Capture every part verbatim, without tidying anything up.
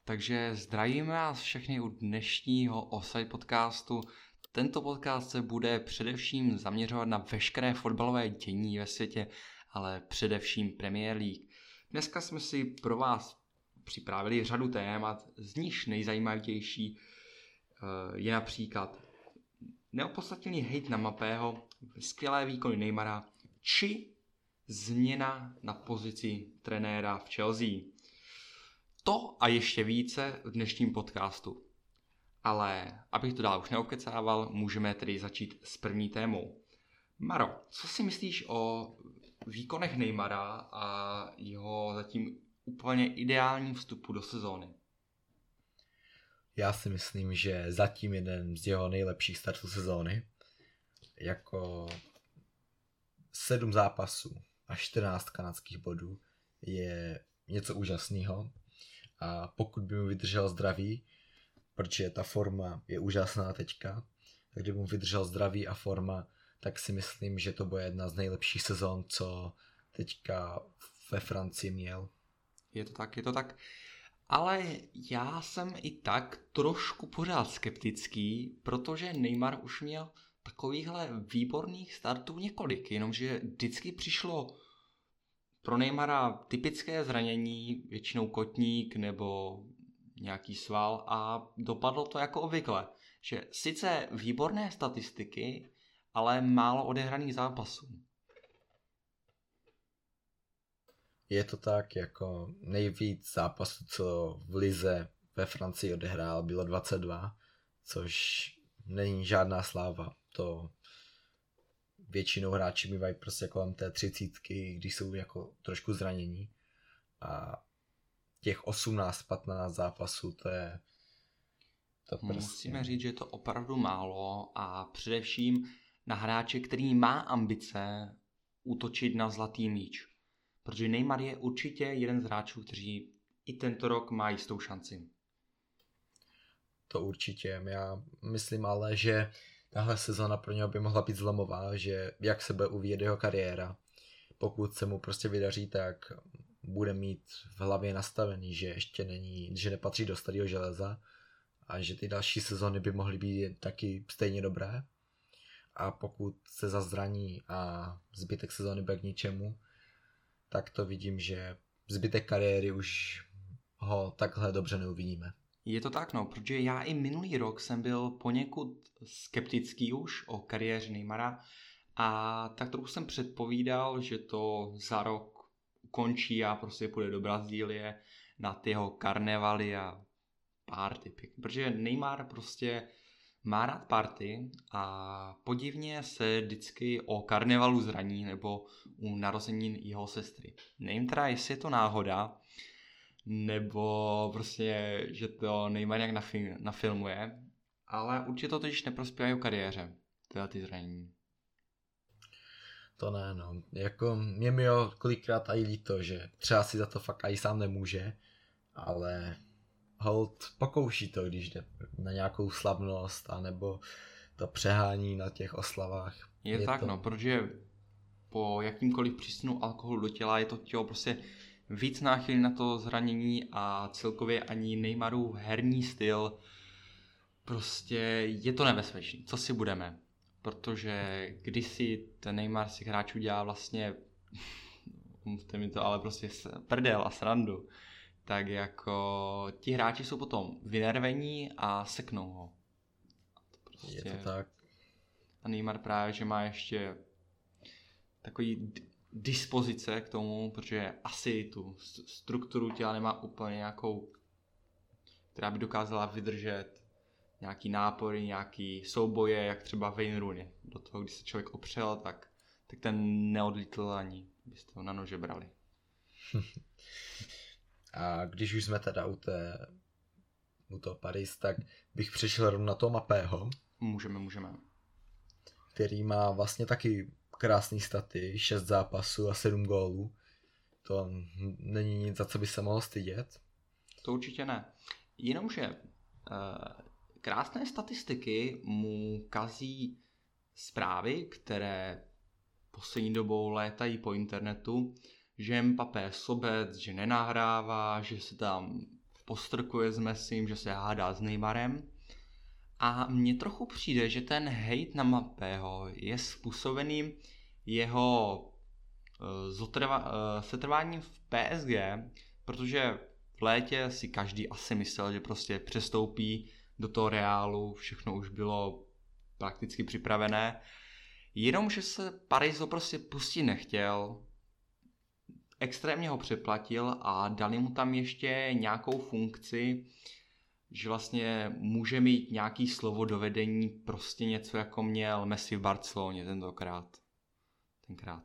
Takže zdravíme vás všechny u dnešního Offside podcastu. Tento podcast se bude především zaměřovat na veškeré fotbalové dění ve světě, ale především Premier League. Dneska jsme si pro vás připravili řadu témat, z nichž nejzajímavější je například neopodstatněný hejt na Mbappého, skvělé výkony Neymara či změna na pozici trenéra v Chelsea. To a ještě více v dnešním podcastu. Ale abych to dál už neokecával, můžeme tedy začít s první témou. Maro, co si myslíš o výkonech Neymara a jeho zatím úplně ideálním vstupu do sezóny? Já si myslím, že zatím jeden z jeho nejlepších startů sezóny. Jako sedm zápasů a čtrnáct kanadských bodů je něco úžasného. A pokud by mu vydržel zdraví, protože ta forma je úžasná teďka, tak kdyby mu vydržel zdraví a forma, tak si myslím, že to bude jedna z nejlepších sezon, co teďka ve Francii měl. Je to tak, je to tak. Ale já jsem i tak trošku pořád skeptický, protože Neymar už měl takovýchhle výborných startů několik, jenomže vždycky přišlo pro Neymara typické zranění, většinou kotník nebo nějaký sval a dopadlo to jako obvykle, že sice výborné statistiky, ale málo odehraných zápasů. Je to tak, jako nejvíc zápasů, co v lize ve Francii odehrál, bylo dvacet dva, což není žádná sláva. To většinou hráči bývají prostě kolem té třicítky, když jsou jako trošku zranění. A těch osmnáct patnáct zápasů, to je to prostě... Musíme říct, že je to opravdu málo a především na hráče, který má ambice útočit na zlatý míč. Protože Neymar je určitě jeden z hráčů, kteří i tento rok mají jistou šanci. To určitě. Já myslím ale, že tahle sezona pro něho by mohla být zlomová, že jak se bude uvíjet jeho kariéra. Pokud se mu prostě vydaří, tak bude mít v hlavě nastavený, že ještě není, že nepatří do starého železa a že ty další sezony by mohly být taky stejně dobré. A pokud se zazraní a zbytek sezony bude k ničemu, tak to vidím, že zbytek kariéry už ho takhle dobře neuvidíme. Je to tak, no, protože já i minulý rok jsem byl poněkud skeptický už o kariéře Neymara a tak trochu jsem předpovídal, že to za rok ukončí a prostě půjde do Brazílie na ty jeho karnevaly a party. Protože Neymar prostě má rád party a podivně se vždycky o karnevalu zraní nebo u narozenin jeho sestry. Nevím teda, jestli je to náhoda, nebo prostě, že to Neymar nějak nafil- nafilmuje, ale určitě to totiž neprospívá jeho kariéře, tyhle ty zranění. To ne, no. Jako mě mi jo kolikrát aj líto, že třeba si za to fakt aj sám nemůže, ale hold pokouší to, když jde na nějakou slavnost, anebo to přehání na těch oslavách. Je, je tak, to... no, protože po jakýmkoliv přísunu alkoholu do těla je to tělo prostě víc náchylný na to zranění a celkově ani Neymarův herní styl prostě je to nebezpečný. Co si budeme? Protože když si ten Neymar si hráčů dělá vlastně, mluvte mi to, ale prostě prdel a srandu, tak jako ti hráči jsou potom vynervení a seknou ho. A to prostě... Je to tak. A Neymar právě, že má ještě takový d- dispozice k tomu, protože asi tu strukturu těla nemá úplně nějakou, která by dokázala vydržet nějaký nápory, nějaký souboje, jak třeba Wayne Rooney. Do toho, když se člověk opřel, tak, tak ten neodlítl ani, byste ho na nože brali. A když už jsme teda u, té, u toho Paris, tak bych přešel rovnou na toho Mbappého. Můžeme, můžeme. Který má vlastně taky krásný staty, šest zápasů a sedm gólů. To není nic, za co by se mohl stydět. To určitě ne. Jenomže uh, krásné statistiky mu kazí zprávy, které poslední dobou létají po internetu, že Mbappé sobec, že nenahrává, že se tam postrkuje s Messim, že se hádá s Neymarem. A mně trochu přijde, že ten hejt na Mbappého je způsobený jeho zotrva, setrváním v P S G, protože v létě si každý asi myslel, že prostě přestoupí do toho Reálu, všechno už bylo prakticky připravené, jenomže se Paris ho prostě pustit nechtěl, extrémně ho přeplatil a dali mu tam ještě nějakou funkci, že vlastně může mít nějaký slovo do vedení, prostě něco jako měl Messi v Barceloně tentokrát. Tenkrát.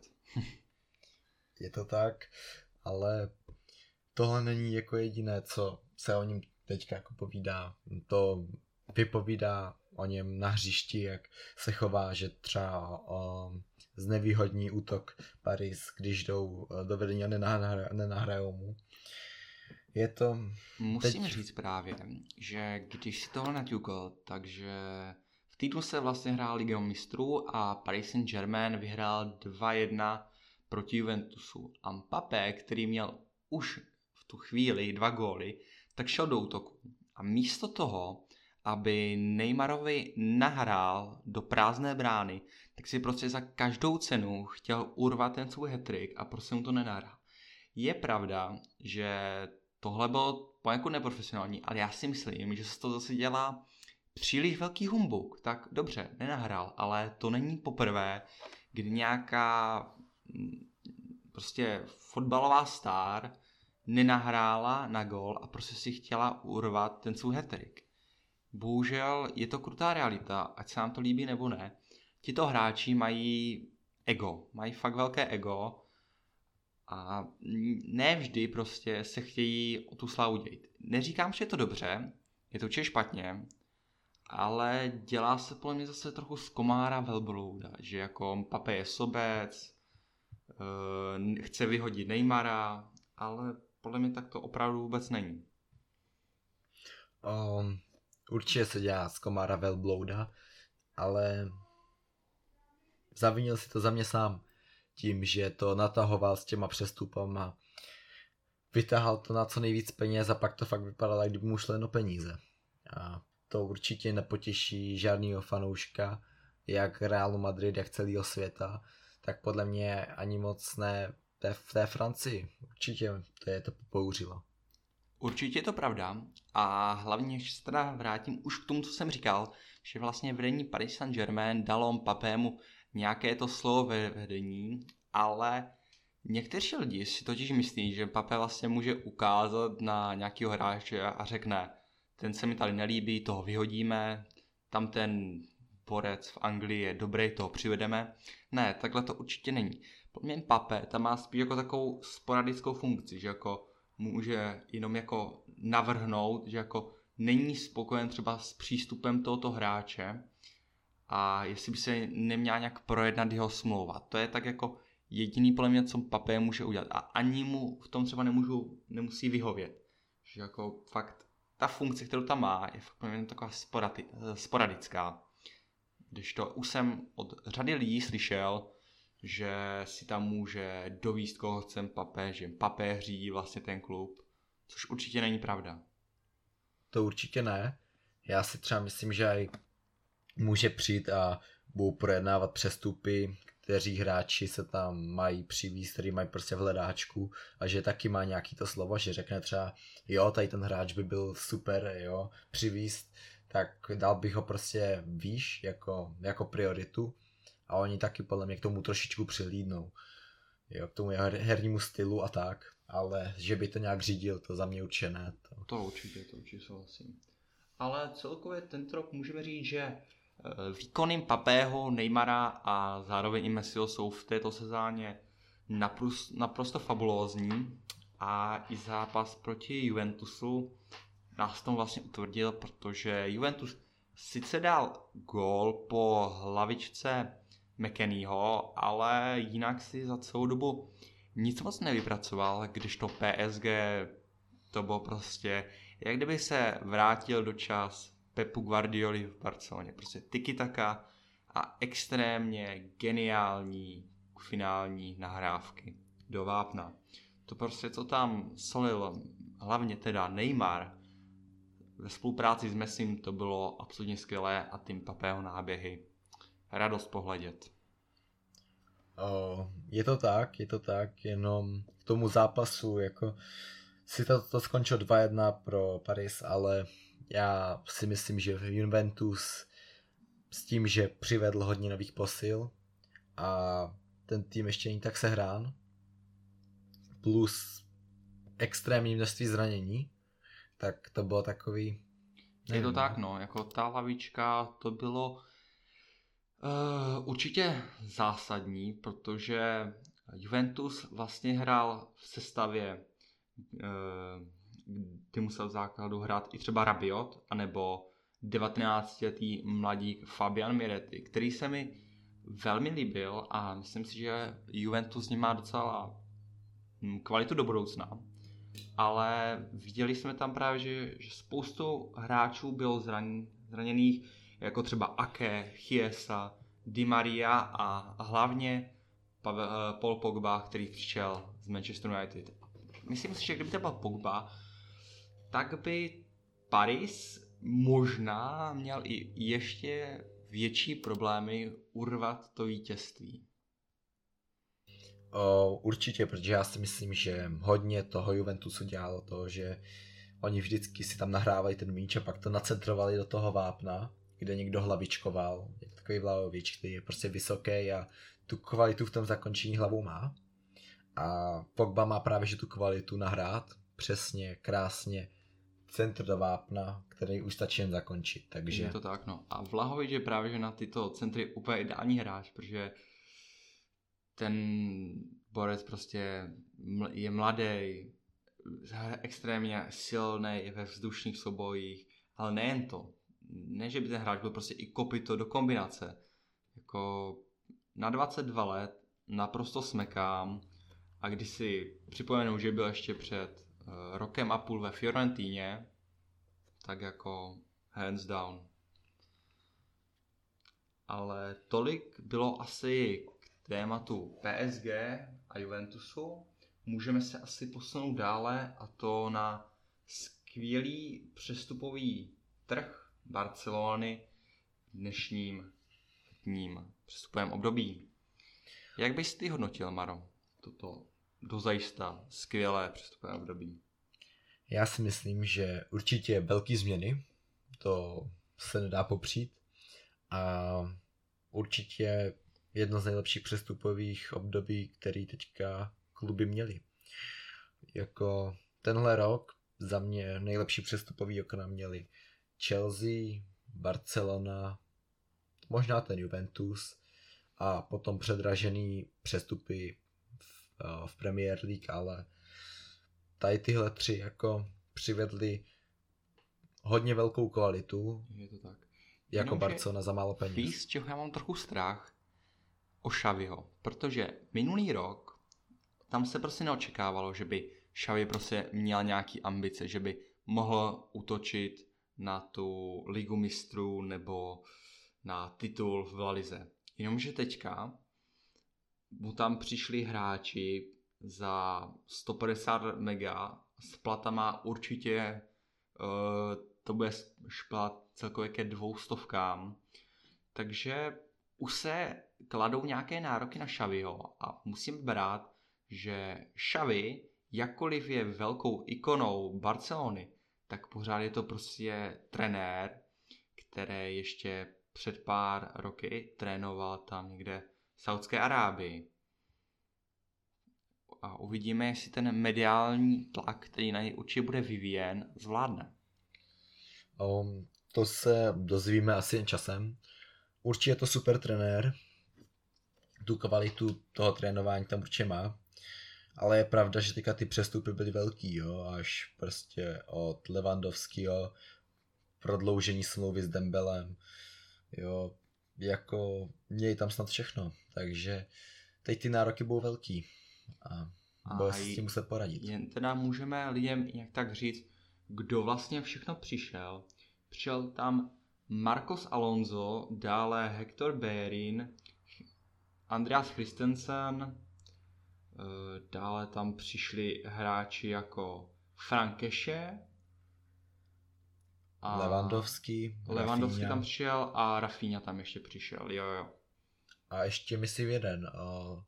Je to tak, ale tohle není jako jediné, co se o něm teďka jako povídá. To vypovídá o něm na hřišti, jak se chová, že třeba o, znevýhodní útok Paris, když jdou do vedení a nenahra, nenahrajou mu. Je to... Musím teď... říct právě, že když si tohle naťukl, takže v týdnu se vlastně hrál Liga mistrů a Paris Saint-Germain vyhrál dva jedna proti Juventusu. A Mbappé, který měl už v tu chvíli dva góly, tak šel do útoku. A místo toho, aby Neymarovi nahrál do prázdné brány, tak si prostě za každou cenu chtěl urvat ten svůj hat-trick a prostě mu to nenahrál. Je pravda, že tohle bylo poněkud neprofesionální, ale já si myslím, že se to zase dělá příliš velký humbuk. Tak dobře, nenahrál, ale to není poprvé, kdy nějaká prostě fotbalová star nenahrála na gól a prostě si chtěla urvat ten svůj hat-trick. Bohužel je to krutá realita, ať se nám to líbí nebo ne. Tito hráči mají ego, mají fakt velké ego a ne vždy prostě se chtějí o tu slávu dělit. Neříkám, že je to dobře, je to určitě špatně, ale dělá se podle mě zase trochu z komára velblouda, že jako Mbappé je sobec, chce vyhodit Neymara, ale podle mě tak to opravdu vůbec není. Um, určitě se dělá z komára velblouda, ale zavinil si to za mě sám tím, že to natahoval s těma přestupama, vytáhal to na co nejvíc peněz a pak to fakt vypadalo, kdyby mu šlo jen o peníze. A to určitě nepotěší žádnýho fanouška, jak Realu Madrid, jak celého světa, tak podle mě ani moc ne v té Francii. Určitě to je to popouřilo. Určitě je to pravda a hlavně, že se teda vrátím už k tomu, co jsem říkal, že vlastně vedení Paris Saint-Germain dalo Mbappému nějaké to slovo ve vedení, ale někteří lidi si totiž myslí, že Mbappé vlastně může ukázat na nějakého hráče a řekne, ten se mi tady nelíbí, toho vyhodíme, tam ten borec v Anglii je dobrý, toho přivedeme. Ne, takhle to určitě není. Pro mě Mbappé tam má spíš jako takovou sporadickou funkci, že jako může jenom jako navrhnout, že jako není spokojen třeba s přístupem tohoto hráče a jestli by se neměla nějak projednat jeho smlouva. To je tak jako jediný podle mě, co Mbappé může udělat a ani mu v tom třeba nemůžu, nemusí vyhovět. Že jako fakt ta funkce, kterou tam má, je fakt podle mě taková sporadi, sporadická. Když to už jsem od řady lidí slyšel, že si tam může dovíst, koho chce Mbappé, že Mbappé řídí vlastně ten klub, což určitě není pravda. To určitě ne. Já si třeba myslím, že aj může přijít a budou projednávat přestupy, kteří hráči se tam mají přivízt, který mají prostě v hledáčku a že taky má nějaký to slovo, že řekne třeba jo, tady ten hráč by byl super, jo, přivízt, tak dal bych ho prostě výš jako, jako prioritu. A oni taky podle mě k tomu trošičku přihlídnou. Jo, k tomu hernímu stylu a tak. Ale že by to nějak řídil, to za mě určitě ne. To, to určitě, to určitě souhlasím. Ale celkově tento rok můžeme říct, že výkony Mbappého, Neymara a zároveň i Messiho jsou v této sezóně naprosto, naprosto fabulózní. A i zápas proti Juventusu nás tom vlastně utvrdil, protože Juventus sice dal gól po hlavičce McKennieho, ale jinak si za celou dobu nic moc nevypracoval, když to P S G to bylo prostě, jak kdyby se vrátil do čas Pepu Guardioli v Barceloně. Prostě tiki-taka a extrémně geniální finální nahrávky do vápna. To prostě, co tam solil hlavně teda Neymar, ve spolupráci s Messim to bylo absolutně skvělé a tím Papého náběhy. Radost pohledět. O, je to tak, je to tak, jenom k tomu zápasu, jako si to, to skončilo dva jedna pro Paris, ale já si myslím, že Juventus s tím, že přivedl hodně nových posil a ten tým ještě není tak sehrán, plus extrémní množství zranění, tak to bylo takový... Nevím. Je to tak, no, jako ta lavička, to bylo uh, určitě zásadní, protože Juventus vlastně hrál v sestavě, uh, kdy musel v základu hrát i třeba Rabiot, anebo devatenáctiletý mladík Fabian Miretti, který se mi velmi líbil a myslím si, že Juventus s ním má docela kvalitu do budoucna. Ale viděli jsme tam právě, že, že spoustu hráčů bylo zraň, zraněných, jako třeba Ake, Chiesa, Di Maria a hlavně Pavel, Paul Pogba, který přišel z Manchester United. Myslím si, že kdyby to byl Pogba, tak by Paris možná měl i ještě větší problémy urvat to vítězství. O, určitě, protože já si myslím, že hodně toho Juventusu dělalo to, že oni vždycky si tam nahrávají ten míč a pak to nacentrovali do toho vápna, kde někdo hlavičkoval, jak takový Vlahovič, který je prostě vysoký a tu kvalitu v tom zakončení hlavou má. A Pogba má právě že tu kvalitu nahrát přesně, krásně centr do vápna, který už stačí jen zakončit, takže... Je to tak, no. A Vlahovič je právě že na tyto centry úplně ideální hráč, protože ten borec prostě je mladý, extrémně silný ve vzdušných soubojích, ale nejen to. Ne, že by ten hráč byl prostě i kopyto do kombinace. Jako na dvacet dva let naprosto smekám a když si připomenu, že byl ještě před uh, rokem a půl ve Fiorentíně, tak jako hands down. Ale tolik bylo asi tématu P S G a Juventusu. Můžeme se asi posunout dále a to na skvělý přestupový trh Barcelony v dnešním letním přestupovém období. Jak bys ty hodnotil, Maro, toto dozajista skvělé přestupové období? Já si myslím, že určitě velký změny, to se nedá popřít a určitě jedno z nejlepších přestupových období, který teďka kluby měly. Jako tenhle rok za mě nejlepší přestupový okna měli Chelsea, Barcelona, možná ten Juventus a potom předražený přestupy v, v Premier League, ale tady tyhle tři jako přivedli hodně velkou kvalitu. Je to tak. Jako Jenom, Barcelona za málo peněz. Víš, z čeho já mám trochu strach? O Xaviho, protože minulý rok tam se prostě neočekávalo, že by Xavi prostě měl nějaký ambice, že by mohl útočit na tu ligu mistrů nebo na titul v La Lize. Jenomže teďka mu tam přišli hráči za sto padesát mega s platama určitě uh, to bude šplat celkově ke dvou stovkám, takže už se kladou nějaké nároky na Xaviho a musím brát, že Xavi, jakkoliv je velkou ikonou Barcelony, tak pořád je to prostě trenér, který ještě před pár roky trénoval tam někde v Saudské Arábii. A uvidíme, jestli ten mediální tlak, který na něj určitě bude vyvíjen, zvládne. Um, to se dozvíme asi jen časem. Určitě je to super trenér, tu kvalitu toho trénování tam určitě má, ale je pravda, že teďka ty přestupy byly velký, jo, až prostě od Lewandowského prodloužení smlouvy s Dembelem, jo, jako měli tam snad všechno, takže teď ty nároky budou velký a, a bude se s tím muset poradit. Jen teda můžeme lidem jak tak říct, kdo vlastně všechno přišel. Přišel tam Marcos Alonso, dále Hector Bellerin, Andreas Christensen, dále tam přišli hráči jako Frankeše a Lewandowski, Lewandowski Rafinha. tam přišel a Rafinha tam ještě přišel, jo jo. A ještě myslím jeden, uh,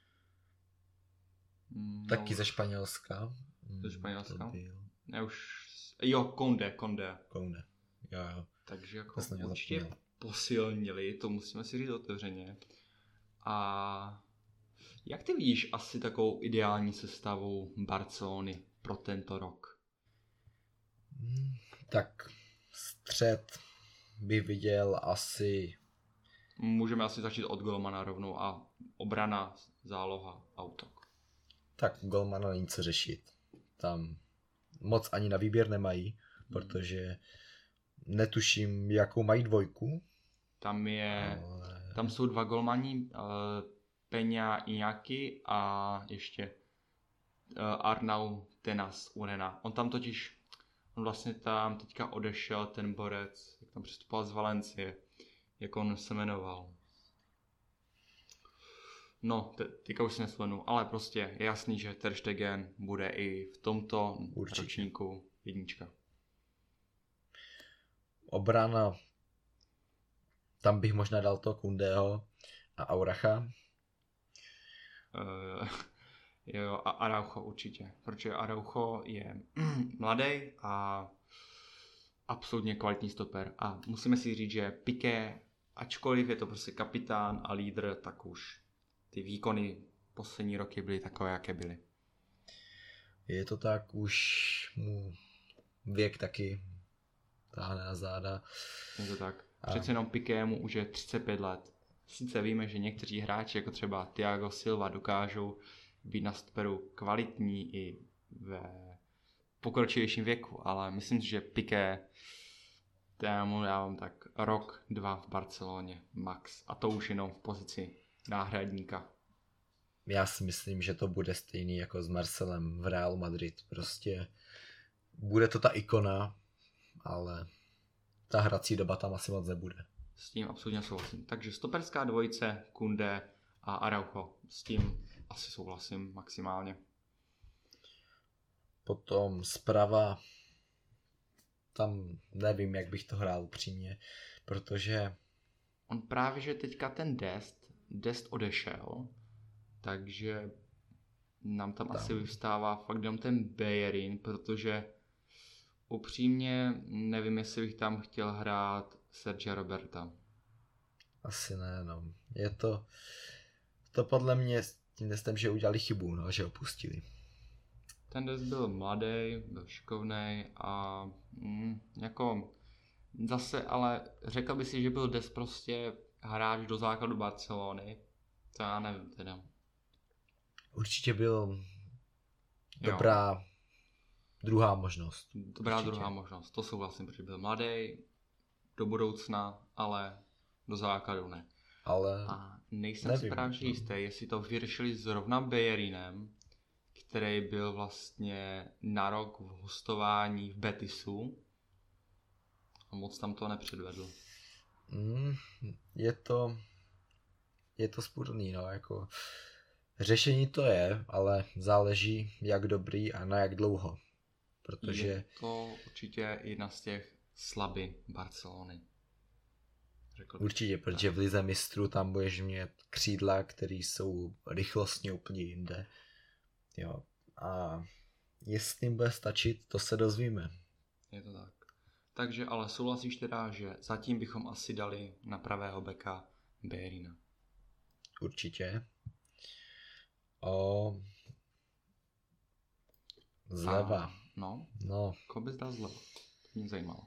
no, taky ze Španělska. Ze Španělska? Já už, jo, Konde, Konde. Konde, jo jo. Takže jako určitě zapomněl. Posilnili, to musíme si říct otevřeně. A jak ty vidíš asi takovou ideální sestavu Barcelony pro tento rok? Hmm, tak střed bych viděl asi... Můžeme asi začít od golmana rovnou a obrana, záloha a útok. Tak golmana není co řešit. Tam moc ani na výběr nemají, hmm. protože netuším, jakou mají dvojku. Tam je, ale... tam jsou dva golmani, uh, Peňa Iñaki a ještě uh, Arnau Tenas Urena. On tam totiž, on vlastně tam teďka odešel, ten borec, jak tam přistupoval z Valencie, jak on se jmenoval. No, te, teďka už si nespomenu, ale prostě je jasný, že Ter Stegen bude i v tomto Určitě. ročníku jednička. Obrana, tam bych možná dal to Koundého a Auracha. Uh, jo, a Araujo určitě, protože Araujo je mladý a absolutně kvalitní stoper. A musíme si říct, že Piqué, ačkoliv je to prostě kapitán a lídr, tak už ty výkony poslední roky byly takové, jaké byly. Je to tak, už mu věk taky táhne na záda. Je to tak. Přece jenom Piquému už je třicet pět let. Sice víme, že někteří hráči, jako třeba Thiago Silva, dokážou být na stoperu kvalitní i ve pokročilejším věku, ale myslím si, že Piqué, já mu dávám tak rok, dva v Barceloně max. A to už jenom v pozici náhradníka. Já si myslím, že to bude stejný jako s Marcelem v Realu Madrid. Prostě bude to ta ikona, ale ta hrací doba tam asi moc nebude. S tím absolutně souhlasím. Takže stoperská dvojice, Koundé a Araujo. S tím asi souhlasím maximálně. Potom zprava, tam nevím, jak bych to hrál upřímně, protože... On právě, že teďka ten Dest, Dest odešel, takže nám tam, tam. asi vyvstává fakt jenom ten Bellerin, protože upřímně nevím, jestli bych tam chtěl hrát Sergia Roberta. Asi ne, no. Je to, to podle mě tím Destem, že udělali chybu, no, že opustili. Ten Dest byl mladý, byl šikovnej a mm, jako zase, ale řekl by si, že byl Dest prostě hráč do základu Barcelony, to já nevím teda. Určitě byl dobrá jo. druhá možnost. Dobrá Určitě. druhá možnost, to souhlasím, protože byl mladý, do budoucna, ale do základu ne. Ale a nejsem si právě jistý, jestli to vyřešili zrovna Bellerinem, který byl vlastně na rok v hostování v Betisu a moc tam to nepředvedl. Mm, je to je to spůrný, no, jako řešení to je, ale záleží jak dobrý a na jak dlouho, protože... Je to určitě jedna z těch slabin Barcelony. Určitě, protože v lize mistrů tam budeš mít křídla, které jsou rychlostně úplně jinde. Jo. A jestli jim bude stačit, to se dozvíme. Je to tak. Takže ale souhlasíš teda, že zatím bychom asi dali na pravého beka Bellerina. Určitě. O... Zleva. A, no. No. Koho bys dal zleva? To mě zajímalo.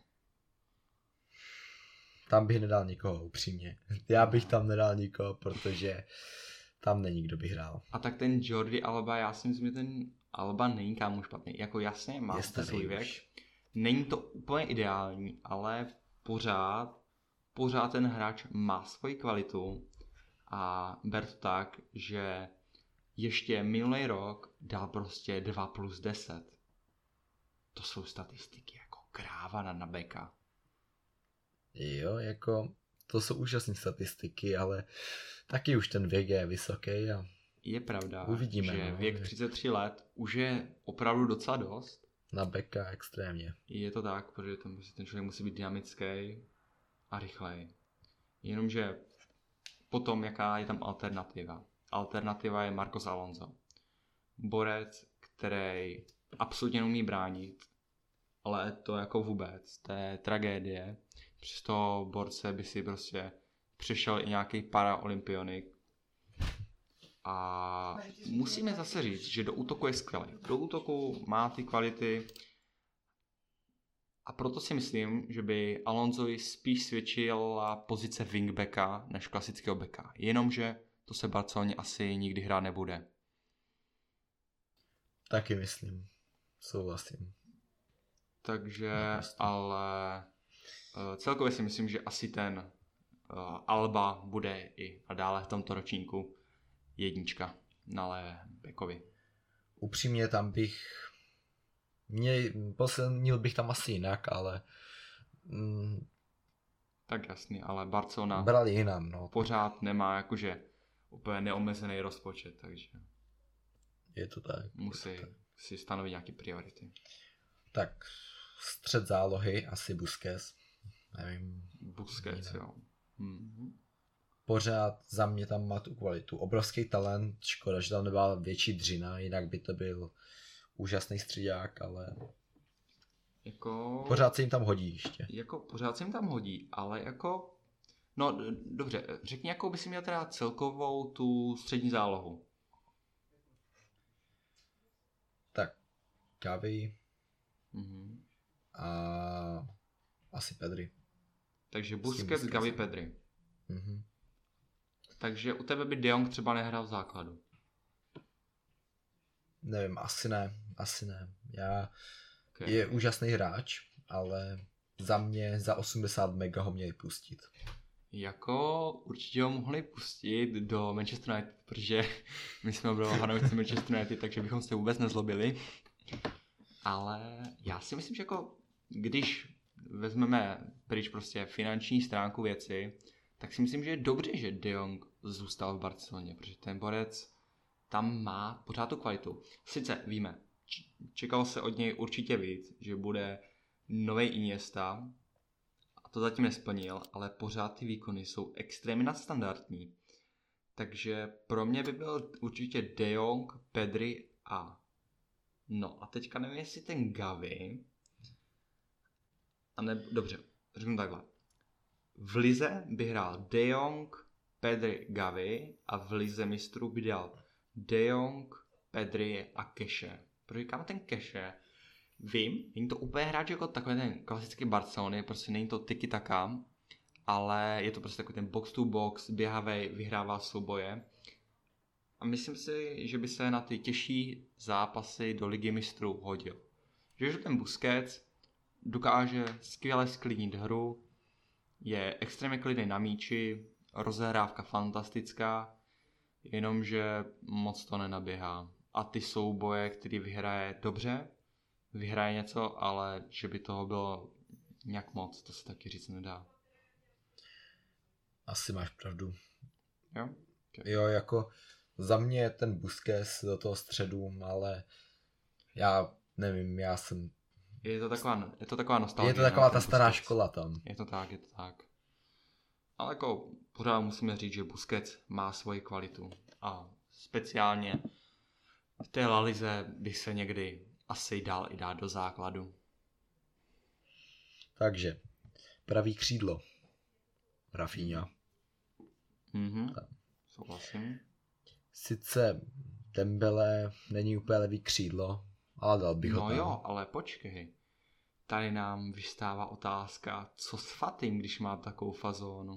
Tam bych nedal nikoho, upřímně. Já bych tam nedal nikoho, protože tam není kdo by hrál. A tak ten Jordi Alba, já si myslím, že ten Alba není kámo špatný. Jako jasně, má svůj věk. Není to úplně ideální, ale pořád, pořád ten hráč má svoji kvalitu a ber to tak, že ještě minulý rok dal prostě dva plus deset. To jsou statistiky jako kráva na, na beka. Jo, jako to jsou úžasné statistiky, ale taky už ten věk je vysoký a je pravda, uvidíme, že no, věk třicet tři let už je opravdu docela dost. na beka extrémně. Je to tak, protože ten, ten člověk musí být dynamický a rychlej. Jenomže potom, jaká je tam alternativa? Alternativa je Marcos Alonso. Borec, který absolutně neumí bránit, ale to jako vůbec, to je tragédie. Přes toho borce by si prostě přišel i nějaký paraolympionik. A musíme zase říct, že do útoku je skvělý. Do útoku má ty kvality a proto si myslím, že by Alonsovi spíš svědčila pozice wingbacka než klasického backa. Jenomže to se Barceloně asi nikdy hrát nebude. Taky myslím. Souhlasím. Takže, ale uh, celkově si myslím, že asi ten uh, Alba bude i nadále v tomto ročníku jednička na levé backovi. Upřímně tam bych mě, posilnil bych tam asi jinak, ale mm, tak jasný, ale Barcelona brali jinam, no. Pořád nemá jakože úplně neomezený rozpočet, takže je to tak. musí to tak. si stanovit nějaké priority. Tak střed zálohy asi Busquets. Nevím. Busquets, jo. Mm-hmm. Pořád za mě tam má tu kvalitu. Obrovský talent, škoda, že tam nebyla větší dřina, jinak by to byl úžasný střídák, ale Jako... pořád se jim tam hodí ještě. Jako pořád se jim tam hodí, ale jako... No d- dobře, řekni, jakou by si měl teda celkovou tu střední zálohu. Tak, Gavi Mm-hmm. a asi Pedri. Takže Busquets, Gavi, Pedri. Mhm. Takže u tebe by De Jong třeba nehrál v základu. Nevím, asi ne, asi ne. Já, Okay. je úžasný hráč, ale za mě za osmdesát mega ho měli pustit. Jako určitě ho mohli pustit do Manchester United, protože my jsme byli fanoušci Manchester United, takže bychom se vůbec nezlobili. Ale já si myslím, že jako když vezmeme pryč prostě finanční stránku věci, tak si myslím, že je dobře, že De Jong zůstal v Barceloně, protože ten borec tam má pořád tu kvalitu. Sice víme, čekalo se od něj určitě víc, že bude novej Iniesta, a to zatím nesplnil, ale pořád ty výkony jsou extrémně nadstandardní. Takže pro mě by byl určitě De Jong, Pedri a no a teďka nevím, jestli ten Gavi a ne, dobře, řeknu takhle. V lize by hrál De Jong, Pedri, Gavi a v lize mistrů by dal De Jong, Pedri a Keše. Proč říkám ten Keše? Vím, není to úplně hráč jako takový ten klasický Barcelony, prostě není to tiki-taka, ale je to prostě takový ten box to box, běhavej, vyhrává souboje. A myslím si, že by se na ty těžší zápasy do ligy mistrů hodil. Že ten Busquets dokáže skvěle sklidnit hru, je extrémně klidný na míči, rozehrávka fantastická, jenomže moc to nenaběhá. A ty souboje, který vyhraje dobře, vyhraje něco, ale že by toho bylo nějak moc, to se taky říct nedá. Asi máš pravdu. Jo? Okay. Jo, jako za mě ten Busquets do toho středu, ale já nevím, já jsem... Je to taková, je to taková nostalgie. Je to taková no, ta stará Busquets. škola tam. Je to tak, je to tak. Ale jako pořád musíme říct, že Busquets má svoji kvalitu. A speciálně v té La Lize by se někdy asi dal i dát do základu. Takže, pravý křídlo. Rafinha. Mhm, souhlasím. Sice Dembele není úplně levý křídlo, ale dal bych ho No tam. jo, ale počkej. Tady nám vystává otázka, co s Fatim, když má takovou fazónu?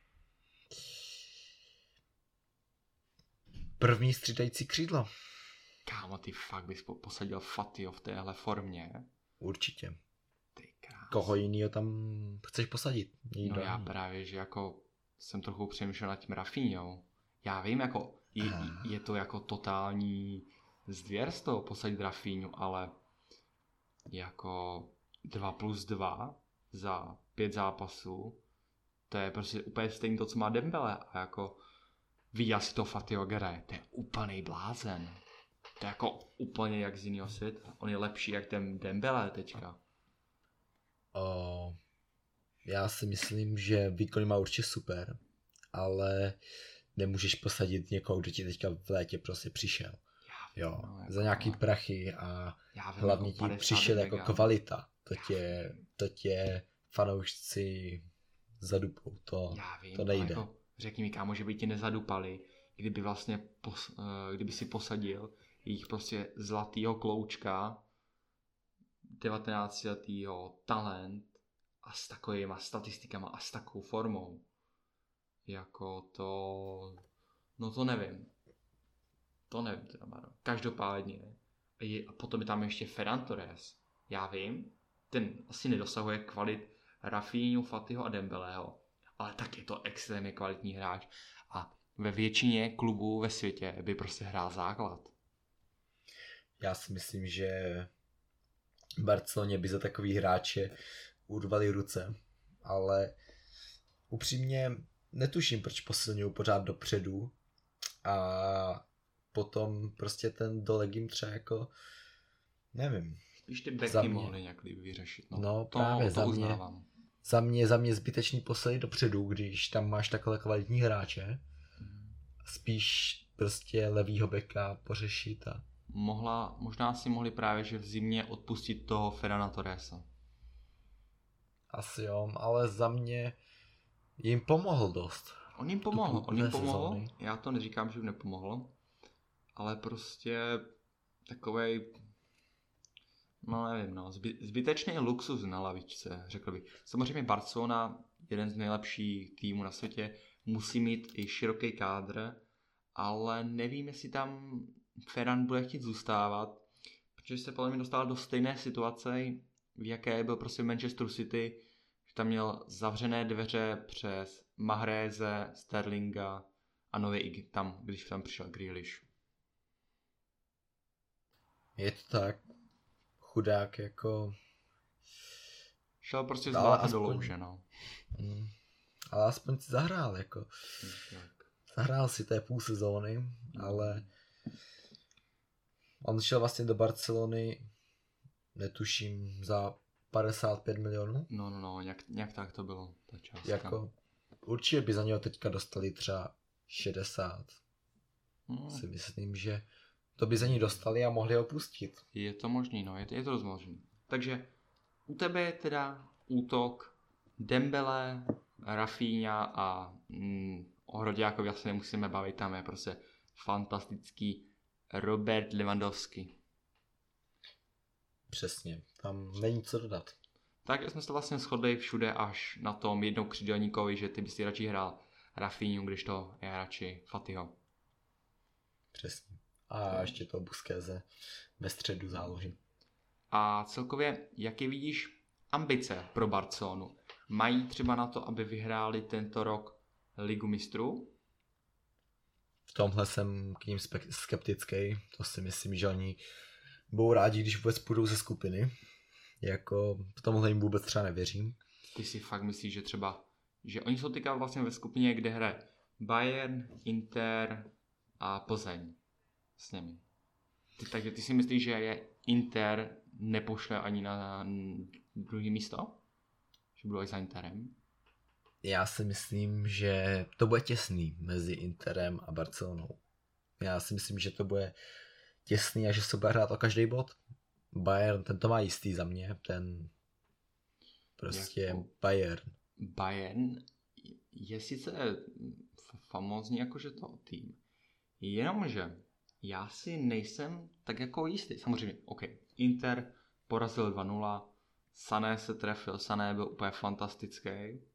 První střídající křídlo. Kámo, ty fakt bys po- posadil Fatio v téhle formě? Určitě. Ty krás. Koho jinýho tam chceš posadit? Nikdo No já jiný. právě, že jako jsem trochu přemýšlel nad tím Rafinhou. Já vím, jako je, Aha. je to jako totální zvěrstvo posadit Rafinhu, ale jako dva plus dva za pět zápasů, to je prostě úplně stejný to, co má Dembele. A jako viděl si to Fatio Gere, to je úplný blázen. To je jako úplně jak z jiného světa. On je lepší jak ten Dembele teďka. O, já si myslím, že výkon má určitě super, ale nemůžeš posadit někoho, kdo ti teďka v létě prostě přišel. Jo, no, jako za nějaký ale... prachy a vím, hlavně jako ti přišel jako kvalita. To tě, to tě fanoušci zadupou, to, já vím, to nejde. Jako, řekni mi, kámo, že by ti nezadupali, kdyby vlastně, pos, kdyby si posadil jejich prostě zlatýho kloučka, devatenáctiletýho talent a s takovýma statistikama a s takovou formou. Jako to, no to nevím. To nevím teda, Maro. Každopádně. Je, a potom je tam ještě Ferran Torres. Já vím, ten asi nedosahuje kvalit Rafinhu, Fatiho a Dembeleho, ale tak je to extrémně kvalitní hráč a ve většině klubů ve světě by prostě hrál základ. Já si myslím, že Barceloně by za takový hráče urvali ruce, ale upřímně netuším, proč posilňují pořád dopředu a potom prostě ten dolegím třeba jako, nevím. Spíš ty beky mohly nějak líp vyřešit. No, no to, právě to za mě, uznávám. Za mě, za mě zbytečný poslední dopředu, když tam máš takhle kvalitní hráče. Spíš prostě levýho beka pořešit a... Mohla, možná si mohli právě, že v zimě odpustit toho Ferrana Torresa. Asi jo, ale za mě jim pomohl dost. On jim pomohl, on jim pomohl, sezóny. Já to neříkám, že jim nepomohlo, ale prostě takovej, no nevím, no, zby, zbytečný luxus na lavičce, řekl bych. Samozřejmě Barcelona, jeden z nejlepších týmů na světě, musí mít i široký kádr, ale nevím, jestli tam Ferran bude chtít zůstávat, protože se podle mě dostal do stejné situace, v jaké byl prostě Manchester City, že tam měl zavřené dveře přes Mahreze, Sterlinga a nově i tam, když tam přišel Grealish. Je to tak. Chudák jako... Šel prostě z bláta do louže, no. Mm, ale aspoň si zahrál, jako. Tak. Zahrál si té půl sezóny, mm. ale... On šel vlastně do Barcelony, netuším, za padesát pět milionů. No, no, no, nějak, nějak tak to bylo, ta částka. Jako, určitě by za něho teďka dostali třeba šedesát. Hmm. Si myslím, že to by za ní dostali a mohli ho pustit. Je to možný, no, je to, je to dost možný. Takže u tebe je teda útok Dembele, Rafinha a mm, o Hroďákovi asi nemusíme bavit, tam je prostě fantastický Robert Lewandowski. Přesně, tam není co dodat. Tak jsme se vlastně shodli všude až na tom jednou křídelníkovi, že ty bys si radši hrál Rafinhu, když to je radši Fatiho. Přesně. A to... ještě to Busquetse ve středu zálohy. A celkově, jaký vidíš ambice pro Barcelonu? Mají třeba na to, aby vyhráli tento rok Ligu mistrů? V tomhle jsem k ním skeptický. To si myslím, že oni budou rádi, když vůbec půjdou ze skupiny. Jako v tomhle jim vůbec třeba nevěřím. Ty si fakt myslíš, že třeba, že oni jsou teďka vlastně ve skupině, kde hraje Bayern, Inter a Plzeň s nimi. Ty, takže ty si myslíš, že je Inter nepošle ani na druhé místo? Že budou i za Interem? Já si myslím, že to bude těsný mezi Interem a Barcelonou. Já si myslím, že to bude těsný a že se bude hrát o každý bod. Bayern, ten to má jistý za mě, ten prostě jako Bayern. Bayern je sice famózní jakože to tým, jenomže já si nejsem tak jako jistý. Samozřejmě, ok, Inter porazil dva nula, Sané se trefil, Sané byl úplně fantastický,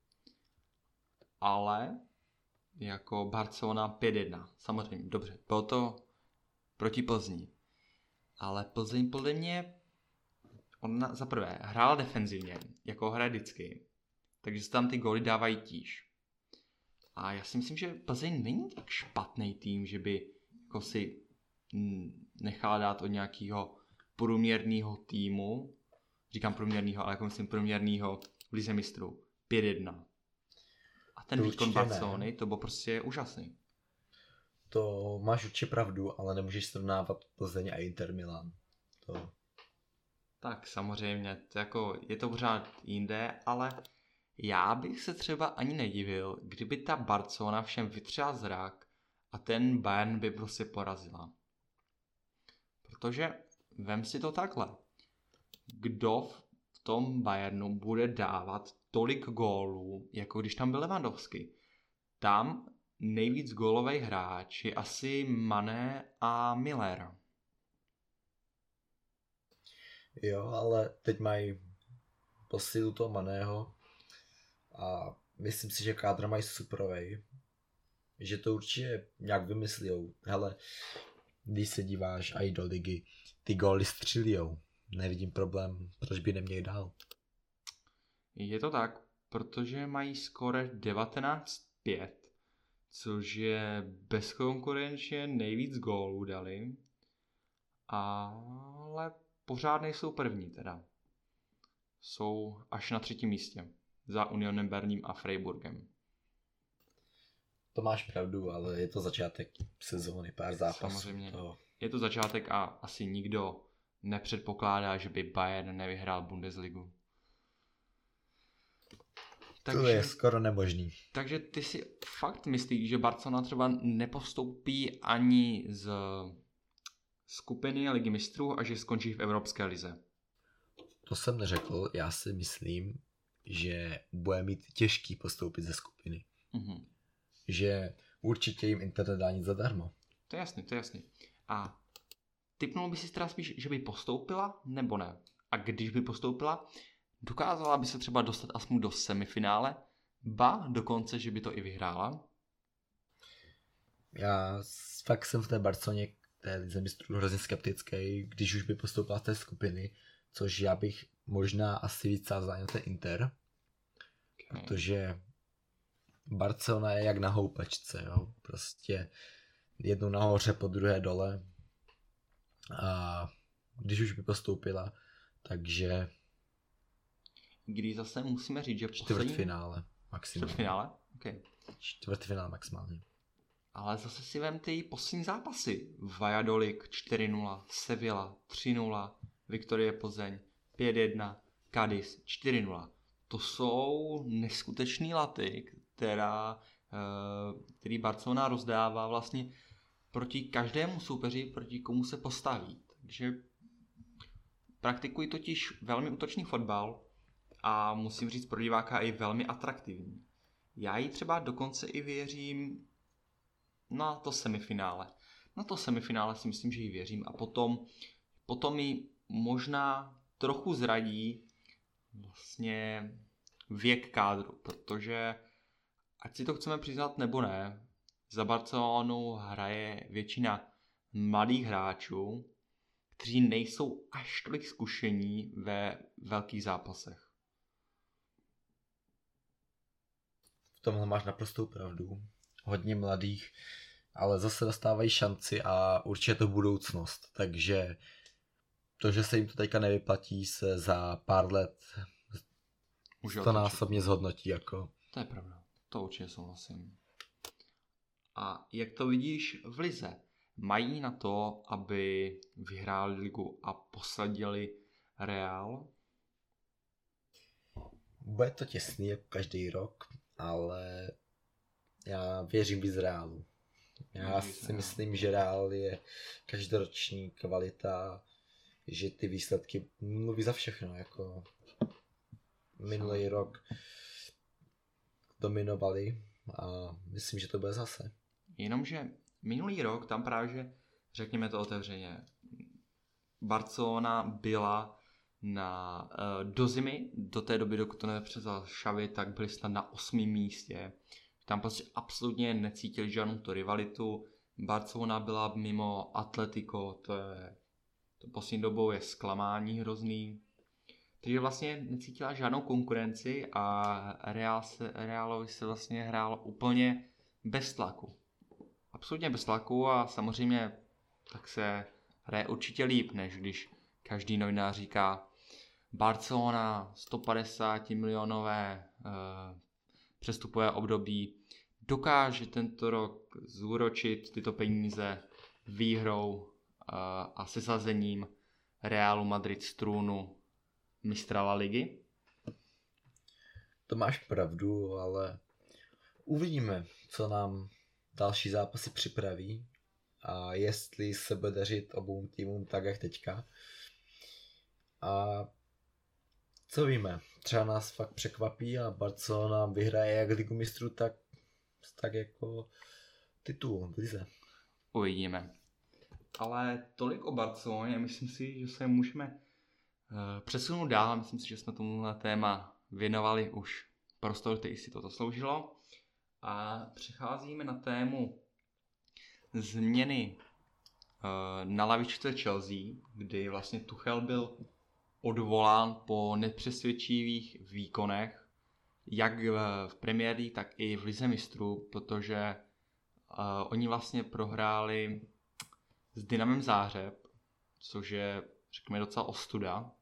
ale jako Barcelona pět jedna, samozřejmě, dobře, bylo to proti Plzni. Ale Plzeň podle mě, on za prvé hrál defenzivně, jako hraje vždycky, takže se tam ty góly dávají tíž. A já si myslím, že Plzeň není tak špatný tým, že by jako si nechal dát od nějakého průměrného týmu, říkám průměrného, ale jako myslím průměrného v lize mistrů, pět jedna. A ten výkon Barcelony, to byl prostě úžasný. To máš určitě pravdu, ale nemůžeš srovnávat Plzeň a Inter Milan. To... Tak samozřejmě, to jako je to pořád jinde, ale já bych se třeba ani nedivil, kdyby ta Barcelona všem vytřela zrak a ten Bayern by prostě porazila. Protože vem si to takhle. Kdo v tom Bayernu bude dávat tolik gólů, jako když tam byl Lewandowski? Tam nejvíc gólový hráč je asi Mané a Müller. Jo, ale teď mají posílu toho Maného a myslím si, že kádra mají superovej. Že to určitě nějak vymyslijou. Hele, když se díváš i do ligy, ty góly střílijou. Nevidím problém, proč by neměli dál. Je to tak, protože mají skóre devatenáct pět, což je bezkonkurenčně nejvíc gólů dali, ale pořád nejsou první teda. Jsou až na třetím místě za Unionem Berlínem a Freiburgem. To máš pravdu, ale je to začátek sezóny, pár zápasů. Samozřejmě. To... Je to začátek a asi nikdo nepředpokládá, že by Bayern nevyhrál Bundesligu. Takže, to je skoro nemožný. Takže ty si fakt myslíš, že Barcelona třeba nepostoupí ani z skupiny Ligy mistrů a že skončí v Evropské lize? To jsem neřekl, já si myslím, že bude mít těžký postoupit ze skupiny. Mm-hmm. Že určitě jim Inter nedá nic zadarmo. To je jasný, to je jasný. A tipnul by si teda spíš, že by postoupila, nebo ne? A když by postoupila, dokázala by se třeba dostat aspoň do semifinále, ba dokonce, že by to i vyhrála? Já fakt jsem v té Barceloně, té lize mistrů, hrozně skeptický, když už by postoupila z té skupiny, což já bych možná asi víc sázal na ten Inter, okay. Protože Barcelona je jak na houpačce, jo? Prostě jednou nahoře, po druhé dole a když už by postoupila, takže když zase musíme říct, že čtvrtfinále maximálně. Čtvrtfinále? Okay. Čtvrtfinále maximálně. Ale zase si vem ty poslední zápasy. Valladolid čtyři nula, Sevilla tři nula, Viktorie Plzeň pět jedna, Cadiz čtyři nula. To jsou neskutečný laty, která, který Barcelona rozdává vlastně proti každému soupeři, proti komu se postaví. Takže praktikují totiž velmi útočný fotbal a musím říct pro diváka i velmi atraktivní. Já jí třeba dokonce i věřím na to semifinále. Na to semifinále si myslím, že jí věřím a potom, potom ji možná trochu zradí vlastně věk kádru, protože ať si to chceme přiznat nebo ne, za Barcelonu hraje většina mladých hráčů, kteří nejsou až tolik zkušení ve velkých zápasech. V tomhle máš naprostou pravdu. Hodně mladých, ale zase dostávají šanci a určitě to budoucnost. Takže to, že se jim to teďka nevyplatí, se za pár let to násobně zhodnotí. Jako. To je pravda. To určitě souhlasím. A jak to vidíš v lize? Mají na to, aby vyhráli ligu a posadili Real? Bude to těsný jako každý rok, ale já věřím víc Realu. Já Věří si myslím, že Real je každoroční kvalita, že ty výsledky mluví za všechno. Jako minulý rok dominovali a myslím, že to bude zase. Jenomže minulý rok tam právě, že řekněme to otevřeně, Barcelona byla na, do zimy, do té doby, dokud to nepřevzal Xavi, tak byli snad na osmém místě. Tam prostě absolutně necítili žádnou tu rivalitu. Barcelona byla mimo Atletico, to je to poslední dobou je zklamání hrozný. Takže vlastně necítila žádnou konkurenci a Real se, Realovi se vlastně hrál úplně bez tlaku. Absolutně bez tlaku a samozřejmě tak se hraje určitě líp, než když každý novinář říká Barcelona sto padesát milionové uh, přestupové období dokáže tento rok zúročit tyto peníze výhrou a sesazením Realu Madrid z trůnu mistra La Ligy? To máš pravdu, ale uvidíme, co nám další zápasy připraví a jestli se bude dařit obou týmům tak, jak teďka. A co víme, třeba nás fakt překvapí a Barcelona vyhraje jak Ligu mistrů, tak, tak jako titul v lize. Uvidíme. Ale tolik o Barceloně, myslím si, že se můžeme uh, přesunout dál. Myslím si, že jsme tomuhle téma věnovali už prostor, který si to zasloužilo. A přecházíme na tému změny uh, na lavičce Chelsea, kdy vlastně Tuchel byl odvolán po nepřesvědčivých výkonech, jak v Premier League, tak i v lize mistrů, protože uh, oni vlastně prohráli s Dynamem Záhřeb, což je, řekněme, docela ostuda.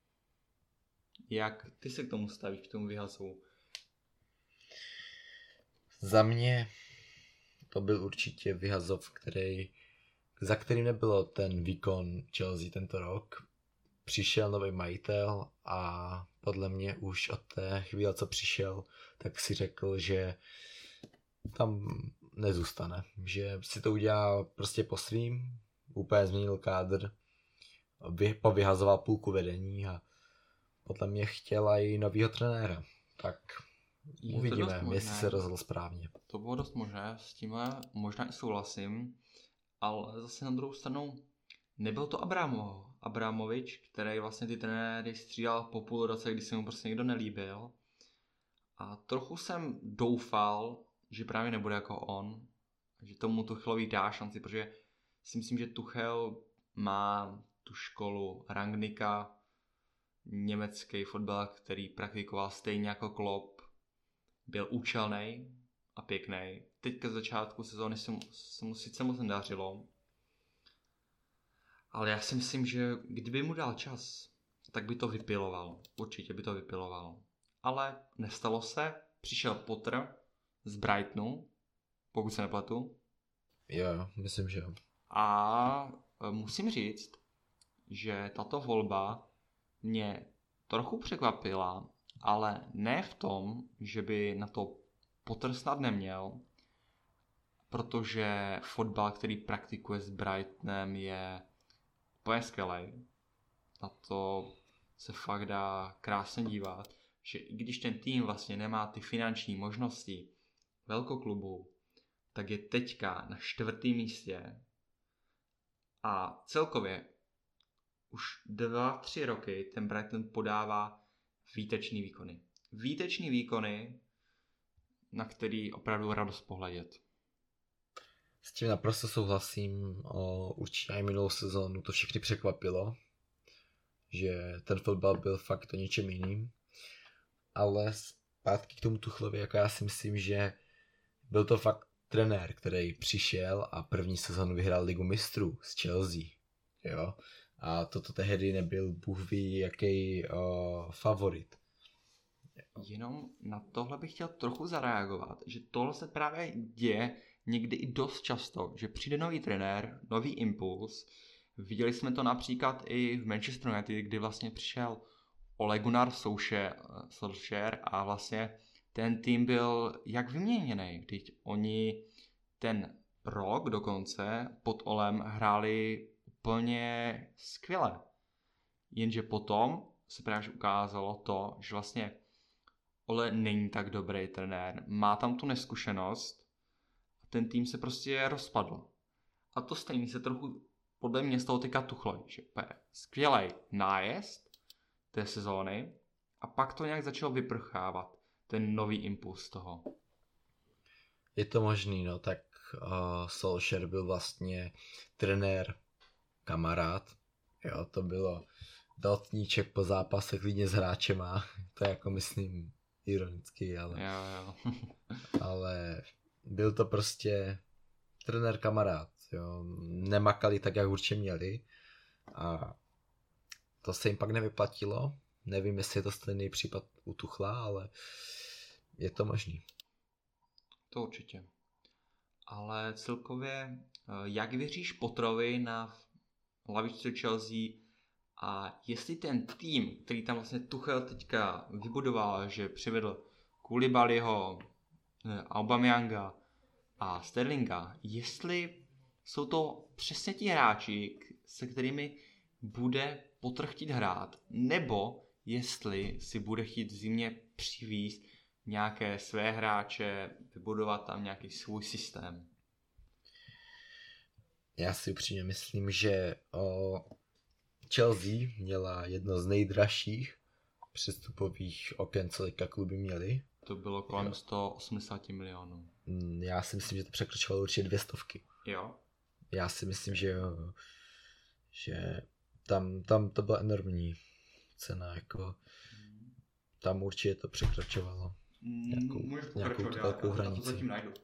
Jak ty se k tomu stavíš, k tomu vyhazu? Za mě to byl určitě vyhazov, který, za kterým nebylo ten výkon Chelsea tento rok. Přišel nový majitel a podle mě už od té chvíle, co přišel, tak si řekl, že tam nezůstane. Že si to udělal prostě po svým, úplně změnil kádr, vy, povyhazoval půlku vedení a podle mě chtěla i novýho trenéra. Tak je uvidíme, jestli se rozhodl správně. To bylo dost možné, s tímhle možná i souhlasím, ale zase na druhou stranu nebyl to Abramo, Abramovič, který vlastně ty trenéry střídal po půl roce, kdy se mu prostě někdo nelíbil. A trochu jsem doufal, že právě nebude jako on, že tomu Tuchelovi dá šanci, protože si myslím, že Tuchel má tu školu Rangnicka, německý fotbal, který praktikoval stejně jako Klopp, byl účelný a pěkný. Teďka z začátku sezóny se mu, se mu sice moc nedařilo, ale já si myslím, že kdyby mu dal čas, tak by to vypiloval. Určitě by to vypiloval. Ale nestalo se, přišel Potter z Brightonu, pokud se nepletu. Jo, myslím, že jo. A musím říct, že tato volba mě trochu překvapila, ale ne v tom, že by na to Potter snad neměl, protože fotbal, který praktikuje s Brightonem, je úplně skvělej. Na to se fakt dá krásně dívat, že i když ten tým vlastně nemá ty finanční možnosti velkoklubu, tak je teďka na čtvrtém místě a celkově už dva, tři roky ten Brighton podává výtečný výkony. Výtečný výkony, na který opravdu radost pohledět. S tím naprosto souhlasím. O, určitě i minulou sezónu to všechny překvapilo, že ten fotbal byl fakt o něčem jiným. Ale zpátky k tomu Tuchlovi, jako já si myslím, že byl to fakt trenér, který přišel a první sezónu vyhrál Ligu mistrů s Chelsea. Jo? A toto tehdy nebyl Bůh ví jaký o, favorit. Jenom na tohle bych chtěl trochu zareagovat, že tohle se právě děje někdy i dost často, že přijde nový trenér, nový impuls. Viděli jsme to například i v Manchester United, kdy vlastně přišel Ole Gunnar Solskjaer a vlastně ten tým byl jak vyměněný, když oni ten rok dokonce pod Olem hráli úplně skvěle. Jenže potom se právě ukázalo to, že vlastně Ole není tak dobrý trenér, má tam tu neskušenost a ten tým se prostě rozpadl. A to stejný se trochu podle mě z toho týká Tuchlovi, že skvělej nájezd té sezóny a pak to nějak začalo vyprchávat, ten nový impuls toho. Je to možný, no, tak uh, Solskjaer byl vlastně trenér kamarád, jo, to bylo dotníček po zápase klidně s hráčema, to je jako myslím ironicky, ale, jo, jo. ale byl to prostě trenér kamarád, jo, nemakali tak, jak určitě měli a to se jim pak nevyplatilo, nevím, jestli je to stejný případ u Tuchla, ale je to možný. To určitě. Ale celkově, jak věříš Potterovi na lavičce Chelsea a jestli ten tým, který tam vlastně Tuchel teďka vybudoval, že přivedl Koulibalyho, Aubameyanga a Sterlinga, jestli jsou to přesně ti hráči, se kterými bude Potter chtít hrát, nebo jestli si bude chtít v zimě přivízt nějaké své hráče, vybudovat tam nějaký svůj systém. Já si upřímně myslím, že o Chelsea měla jedno z nejdražších přestupových oken, co teďka kluby měly. To bylo kolem sto osmdesát milionů. Já si myslím, že to překročilo určitě dvě stovky. Jo? Já si myslím, že jo, že tam, tam to byla enormní cena, jako tam určitě to překračovalo nějakou, nějakou tu velkou já, hranici. Já to zatím najdu.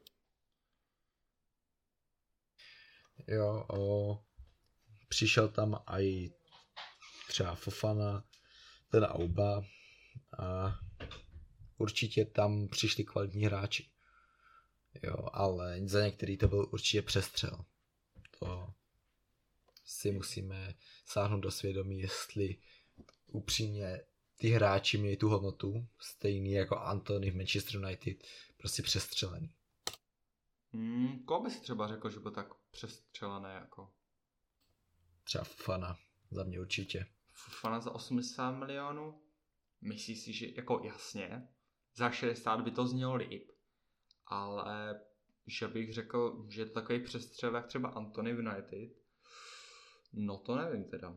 Jo, o, přišel tam i třeba Fofana, ten Auba a určitě tam přišli kvalitní hráči. Jo, ale za některý to byl určitě přestřel. To si musíme sáhnout do svědomí, jestli upřímně ty hráči měli tu hodnotu, stejný jako Antony v Manchester United, prostě přestřelený. Hmm, koho by si třeba řekl, že byl tak přestřelený jako? Třeba Fofana, za mě určitě. Fofana za osmdesát milionů? Myslíš si, že jako jasně, za šedesát by to znělo líp, ale že bych řekl, že je to takový přestřel jak třeba Antony v United, no to nevím teda.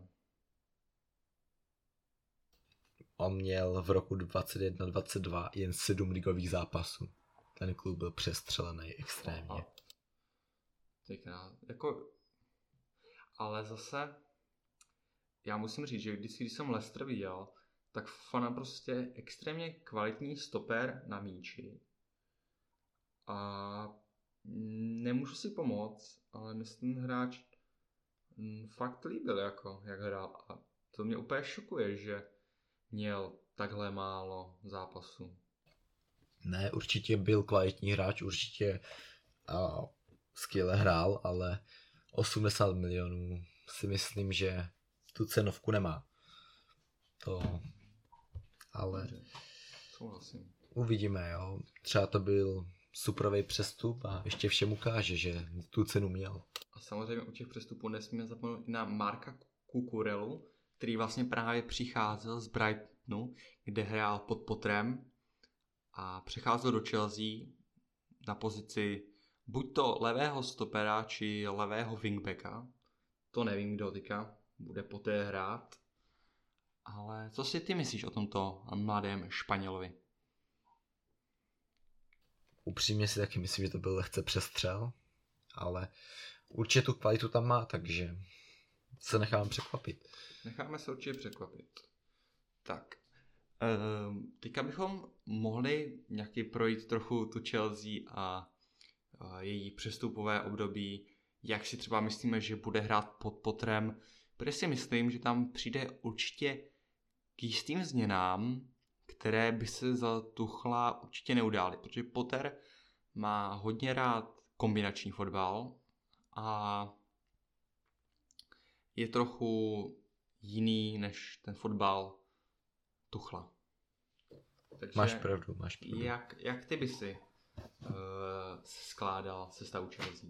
On měl v roku dvacet jedna dvacet dva jen sedm ligových zápasů. Ten klub byl přestřelený extrémně. Tykrát, jako, ale zase, já musím říct, že když, když jsem Leicester viděl, tak Fofana prostě extrémně kvalitní stoper na míči. A nemůžu si pomoct, ale mě ten hráč fakt líbil, jako, jak hrál. A to mě úplně šokuje, že měl takhle málo zápasů. Ne, určitě byl kvalitní hráč, určitě a skvěle hrál, ale osmdesát milionů si myslím, že tu cenovku nemá. To, ale souhlasím. Uvidíme, jo. Třeba to byl superový přestup a ještě všem ukáže, že tu cenu měl. A samozřejmě u těch přestupů nesmíme zapomenout i na Marka Cucurellu, který vlastně právě přicházel z Brightonu, kde hrál pod Potterem a přecházel do Chelsea na pozici buď to levého stopera, či levého wingbacka. To nevím, kdo teďka bude poté hrát. Ale co si ty myslíš o tomto mladém Španělovi? Upřímně si taky myslím, že to byl lehce přestřel, ale určitě tu kvalitu tam má, takže se necháme překvapit. Necháme se určitě překvapit. Tak, teďka bychom mohli nějaký projít trochu tu Chelsea a její přestupové období, jak si třeba myslíme, že bude hrát pod Potterem, protože si myslím, že tam přijde určitě k jistým změnám, které by se za Tuchla určitě neudály, protože Potter má hodně rád kombinační fotbal a je trochu jiný než ten fotbal Tuchla. Takže máš pravdu, máš pravdu. Jak, jak ty by si uh, skládal sestavu Chelsea?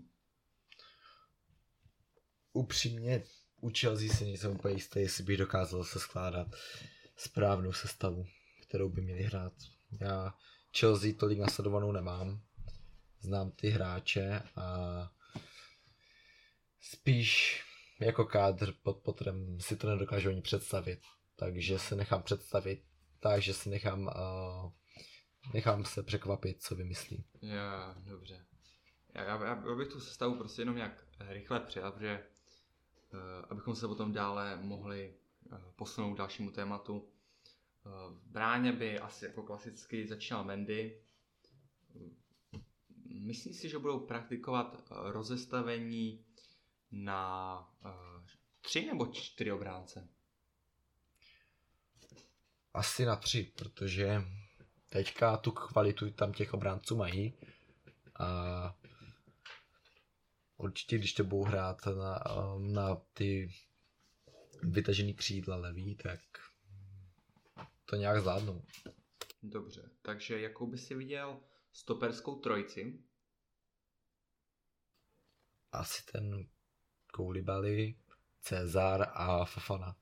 Upřímně u Chelsea si nejsem úplně jistý, jestli bych dokázal se skládat správnou sestavu, kterou by měli hrát. Já Chelsea tolik nasledovanou nemám. Znám ty hráče a spíš jako kádr pod Potterem si to nedokážu ani představit. Takže se nechám představit, takže si nechám, uh, nechám se překvapit, co vymyslí. Jo, dobře. Já, já, já bych tu sestavu prostě jenom nějak rychle přijal, protože uh, abychom se potom dále mohli uh, posunout k dalšímu tématu. Uh, v bráně by asi jako klasicky začínal Mendy. Myslíš si, že budou praktikovat rozestavení na uh, tři nebo čtyři obránce? Asi na tři, protože teďka tu kvalitu tam těch obránců mají A určitě, když to budou hrát na, na ty vytažený křídla levý, tak to nějak zvládnou. Dobře, takže jakou by si viděl stoperskou trojici? Asi ten Koulibaly, Cezar a Fofana.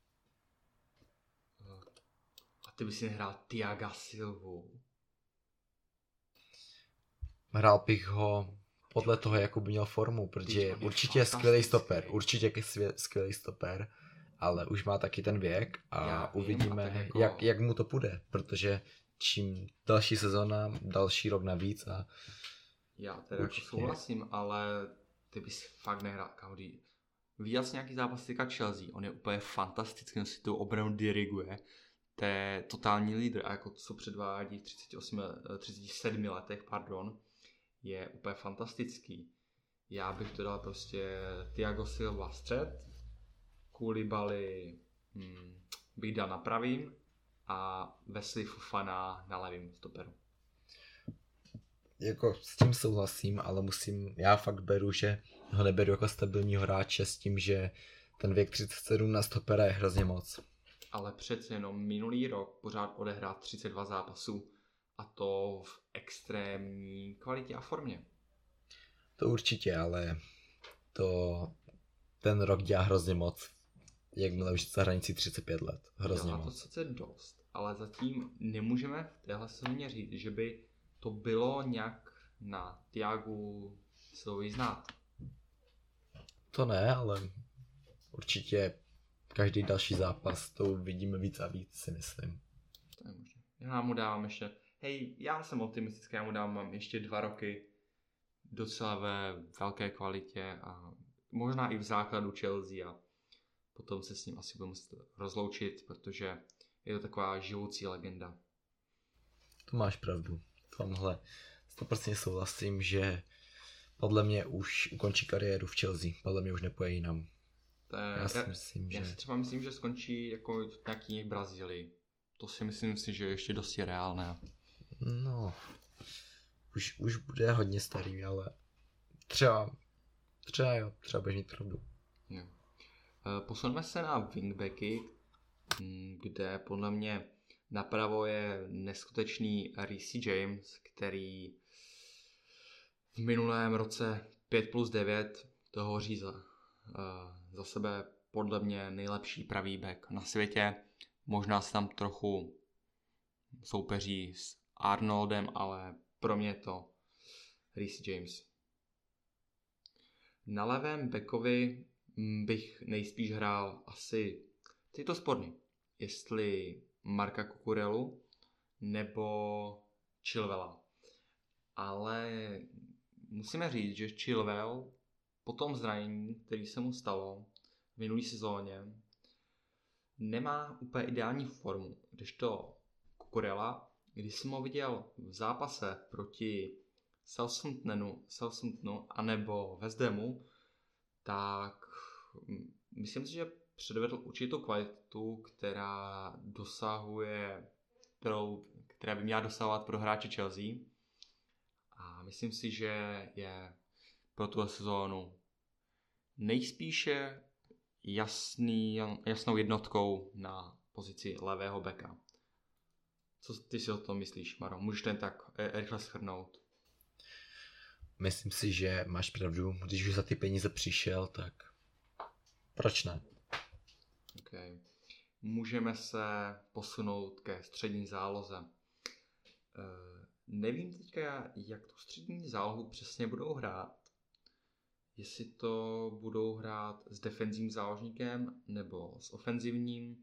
A ty by si nehrál Thiaga Silvu? Hrál bych ho podle toho, jakou by měl formu, protože je určitě je skvělý stoper, určitě je skvělý stoper, ale už má taky ten věk a Já uvidíme, vím, a jako... jak, jak mu to půjde, protože čím další sezona, další rok navíc a Já teda určitě... jako souhlasím, ale ty bys fakt nehrál, Kaudy. Viděl jsi nějaký zápas týka Chelsea, on je úplně fantastický, on si tu obranu diriguje, to je totální lídr a jako co předvádí v třiceti osmi, třiceti sedmi letech, pardon, je úplně fantastický. Já bych to dal prostě Thiago Silva střed, Koulibaly hmm, bych dal na pravým a Wesley Fofana na levým stoperu. Jako s tím souhlasím, ale musím, já fakt beru, že ho neberu jako stabilního hráče s tím, že ten věk třicet sedm na stopera je hrozně moc. Ale přece jenom minulý rok pořád odehrál třicet dva zápasů a to v extrémní kvalitě a formě. To určitě, ale to ten rok dělá hrozně moc. Jakmile už za hranicí třicet pět let. Hrozně moc. To sice dost, ale zatím nemůžeme v téhle sezóně říct, že by to bylo nějak na Thiagu Silvovi znát. To ne, ale určitě každý další zápas to vidíme víc a víc, si myslím. To je možné. Já mu dávám ještě, hej, já jsem optimistický, já mu dávám ještě dva roky docela ve velké kvalitě a možná i v základu Chelsea a potom se s ním asi budu muset rozloučit, protože je to taková živoucí legenda. To máš pravdu. V tomhle sto procent souhlasím, že podle mě už ukončí kariéru v Chelsea. Podle mě už nepoje jinam. Je, já si myslím, já, že... Já si třeba myslím, že skončí jako v nějaký Brazílii. To si myslím si, že je ještě dosti reálné. No, už, už bude hodně starý, ale třeba, třeba jo, třeba budeš mít pravdu. Jo. Posuneme se na wingbacky, kde podle mě napravo je neskutečný Reece James, který v minulém roce pět plus devět to hovoří za, za sebe podle mě nejlepší pravý back na světě. Možná se tam trochu soupeří s Arnoldem, ale pro mě to Reece James. Na levém backovi bych nejspíš hrál asi, je to sporný, jestli Marka Cucurellu nebo Chilwella. Ale musíme říct, že Chilwell po tom zranění, který se mu stalo v minulý sezóně, nemá úplně ideální formu, kdežto Cucurella, když jsem ho viděl v zápase proti Southamptonu, Southamptonu anebo West Hamu, tak myslím si, že předvedl určitou kvalitu, která dosahuje, kterou, která by měla dosahovat pro hráče Chelsea. A myslím si, že je pro tuhle sezónu nejspíše jasný, jasnou jednotkou na pozici levého backa. Co ty si o tom myslíš, Maro? Můžeš ten tak rychle shrnout? Myslím si, že máš pravdu. Když už za ty peníze přišel, tak proč ne? Okay. Můžeme se posunout ke střední záloze. E, nevím teďka, jak tu střední zálohu přesně budou hrát. Jestli to budou hrát s defenzivním záložníkem nebo s ofenzivním.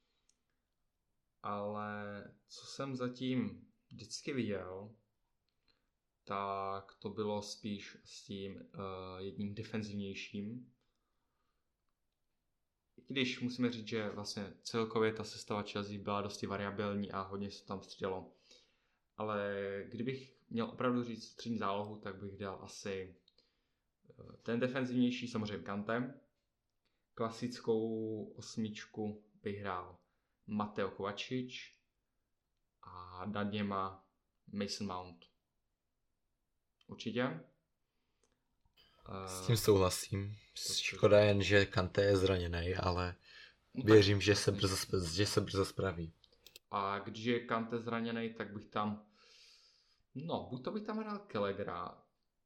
Ale co jsem zatím vždycky viděl, tak to bylo spíš s tím uh, jedním defenzivnějším. I když musíme říct, že vlastně celkově ta sestava Chelsea byla dosti variabilní a hodně se tam střídalo. Ale kdybych měl opravdu říct střední zálohu, tak bych dal asi uh, ten defenzivnější, samozřejmě Kantem. Klasickou osmičku bych hrál Mateo Kovačič a nad něma Mason Mount. určitě. S tím souhlasím. Škoda jen, že Kanté je zraněný, ale no věřím, že se, brzo, že se brzo spraví. A když je Kanté zraněný, tak bych tam, no, buď to bych tam hrál Kellegra,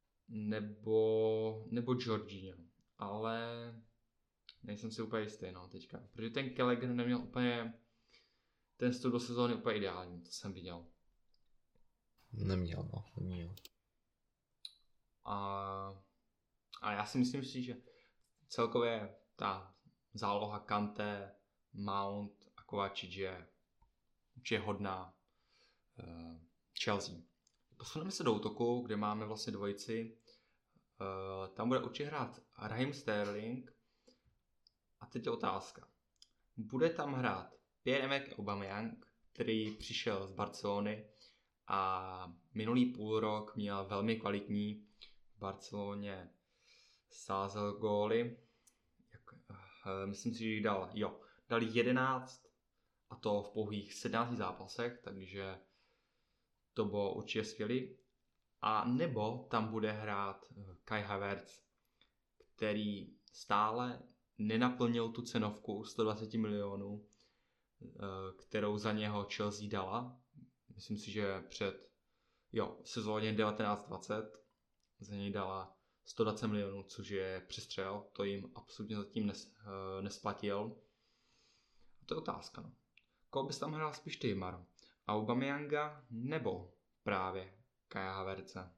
nebo, nebo Jorginho, ale nejsem si úplně jistý, no, teďka. Protože ten Kelleger neměl úplně, ten vstup do sezóny úplně ideální, to jsem viděl. Neměl, no, neměl. A, a já si myslím si, že celkově ta záloha Kanté, Mount a Kovačič je určitě hodná uh, Chelsea. Posuneme se do útoku, kde máme vlastně dvojici. Uh, tam bude určitě hrát Raheem Sterling. A teď je otázka. Bude tam hrát Pierre-Emerick Aubameyang, který přišel z Barcelony a minulý půl rok měl velmi kvalitní v Barceloně sázel góly. Jak, uh, myslím si, že jich dal, jo, dal jedenáct a to v pouhých sedmnácti zápasech, takže to bylo určitě skvělý. A nebo tam bude hrát Kai Havertz, který stále nenaplnil tu cenovku sto dvacet milionů, kterou za něho Chelsea dala. Myslím si, že před jo, sezóně devatenáct dvacet za něj dala sto dvacet milionů, což je přestřel, to jim absolutně zatím nes, nesplatil. To je otázka. No. Koho bys tam hrál spíš ty, Maro? Aubameyanga nebo právě Kaja Havertze?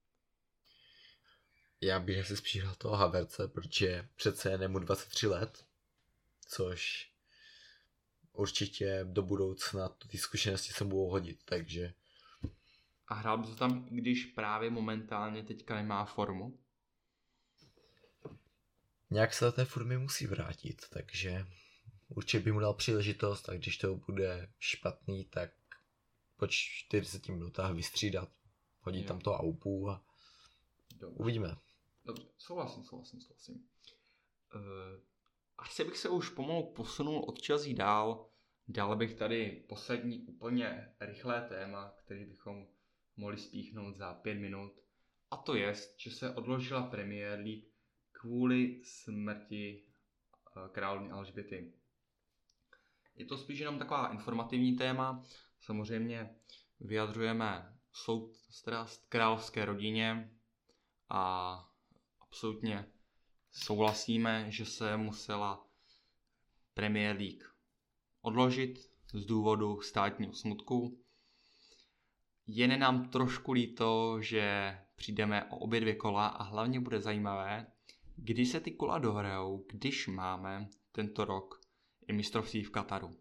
Já bych asi spíš hrál toho Havertze, protože přece je mu dvacet tři let, což určitě do budoucna ty zkušenosti se budou hodit, takže... A hrál bys tam, i když právě momentálně teďka nemá formu? Nějak se do té formy musí vrátit, takže určitě bych mu dal příležitost a když to bude špatný, tak po čtyřiceti minutách vystřídat, hodit jo. tam to Aupu a Dobře. Uvidíme. Dobře, souhlasím, souhlasím, souhlasím. Uh, asi bych se už pomalu posunul od Chelsea dál. Dal bych tady poslední úplně rychlé téma, který bychom mohli spíchnout za pět minut. A to je, že se odložila Premier League kvůli smrti uh, královny Alžběty. Je to spíš jenom taková informativní téma. Samozřejmě vyjadřujeme soustrast královské rodině a absolutně souhlasíme, že se musela Premier League odložit z důvodu státního smutku. Jen nám trošku líto, že přijdeme o obě dvě kola a hlavně bude zajímavé, kdy se ty kola dohrajou, když máme tento rok i mistrovství v Kataru.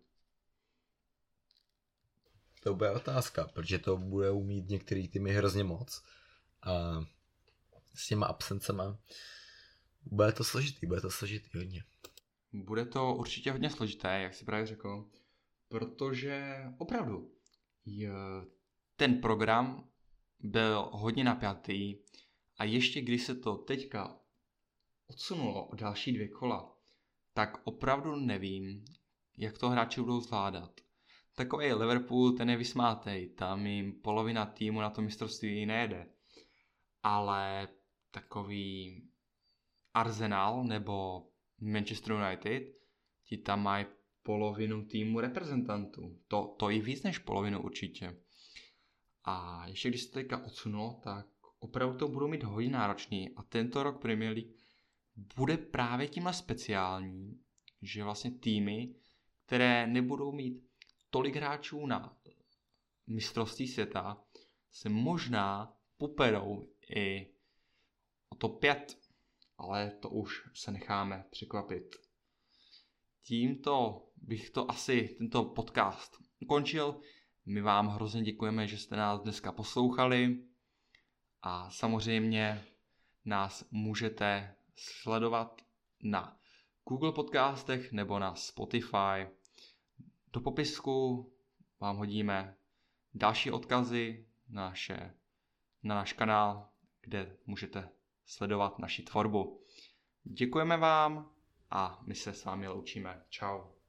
To bude otázka, protože to bude mít některý týmy hrozně moc a s těma absencema bude to složitý, bude to složitý hodně. Bude to určitě hodně složité, jak si právě řekl, protože opravdu ten program byl hodně napjatý a ještě když se to teďka odsunulo o další dvě kola, tak opravdu nevím, jak to hráči budou zvládat. Takový Liverpool, ten je vysmátej, tam jim polovina týmu na to mistrovství nejede. Ale takový Arsenal nebo Manchester United, ti tam mají polovinu týmu reprezentantů. To, to i víc než polovinu určitě. A ještě když se to teďka odsunulo, tak opravdu to budou mít hodně náročný. A tento rok Premier League bude právě tímhle speciální, že vlastně týmy, které nebudou mít tolik hráčů na mistrovství světa, se možná poperou i o to pět, ale to už se necháme překvapit. Tímto bych to asi tento podcast ukončil. My vám hrozně děkujeme, že jste nás dneska poslouchali a samozřejmě nás můžete sledovat na Google podcastech nebo na Spotify. Do popisku vám hodíme další odkazy na, naše, na náš kanál, kde můžete sledovat naši tvorbu. Děkujeme vám a my se s vámi loučíme. Čau.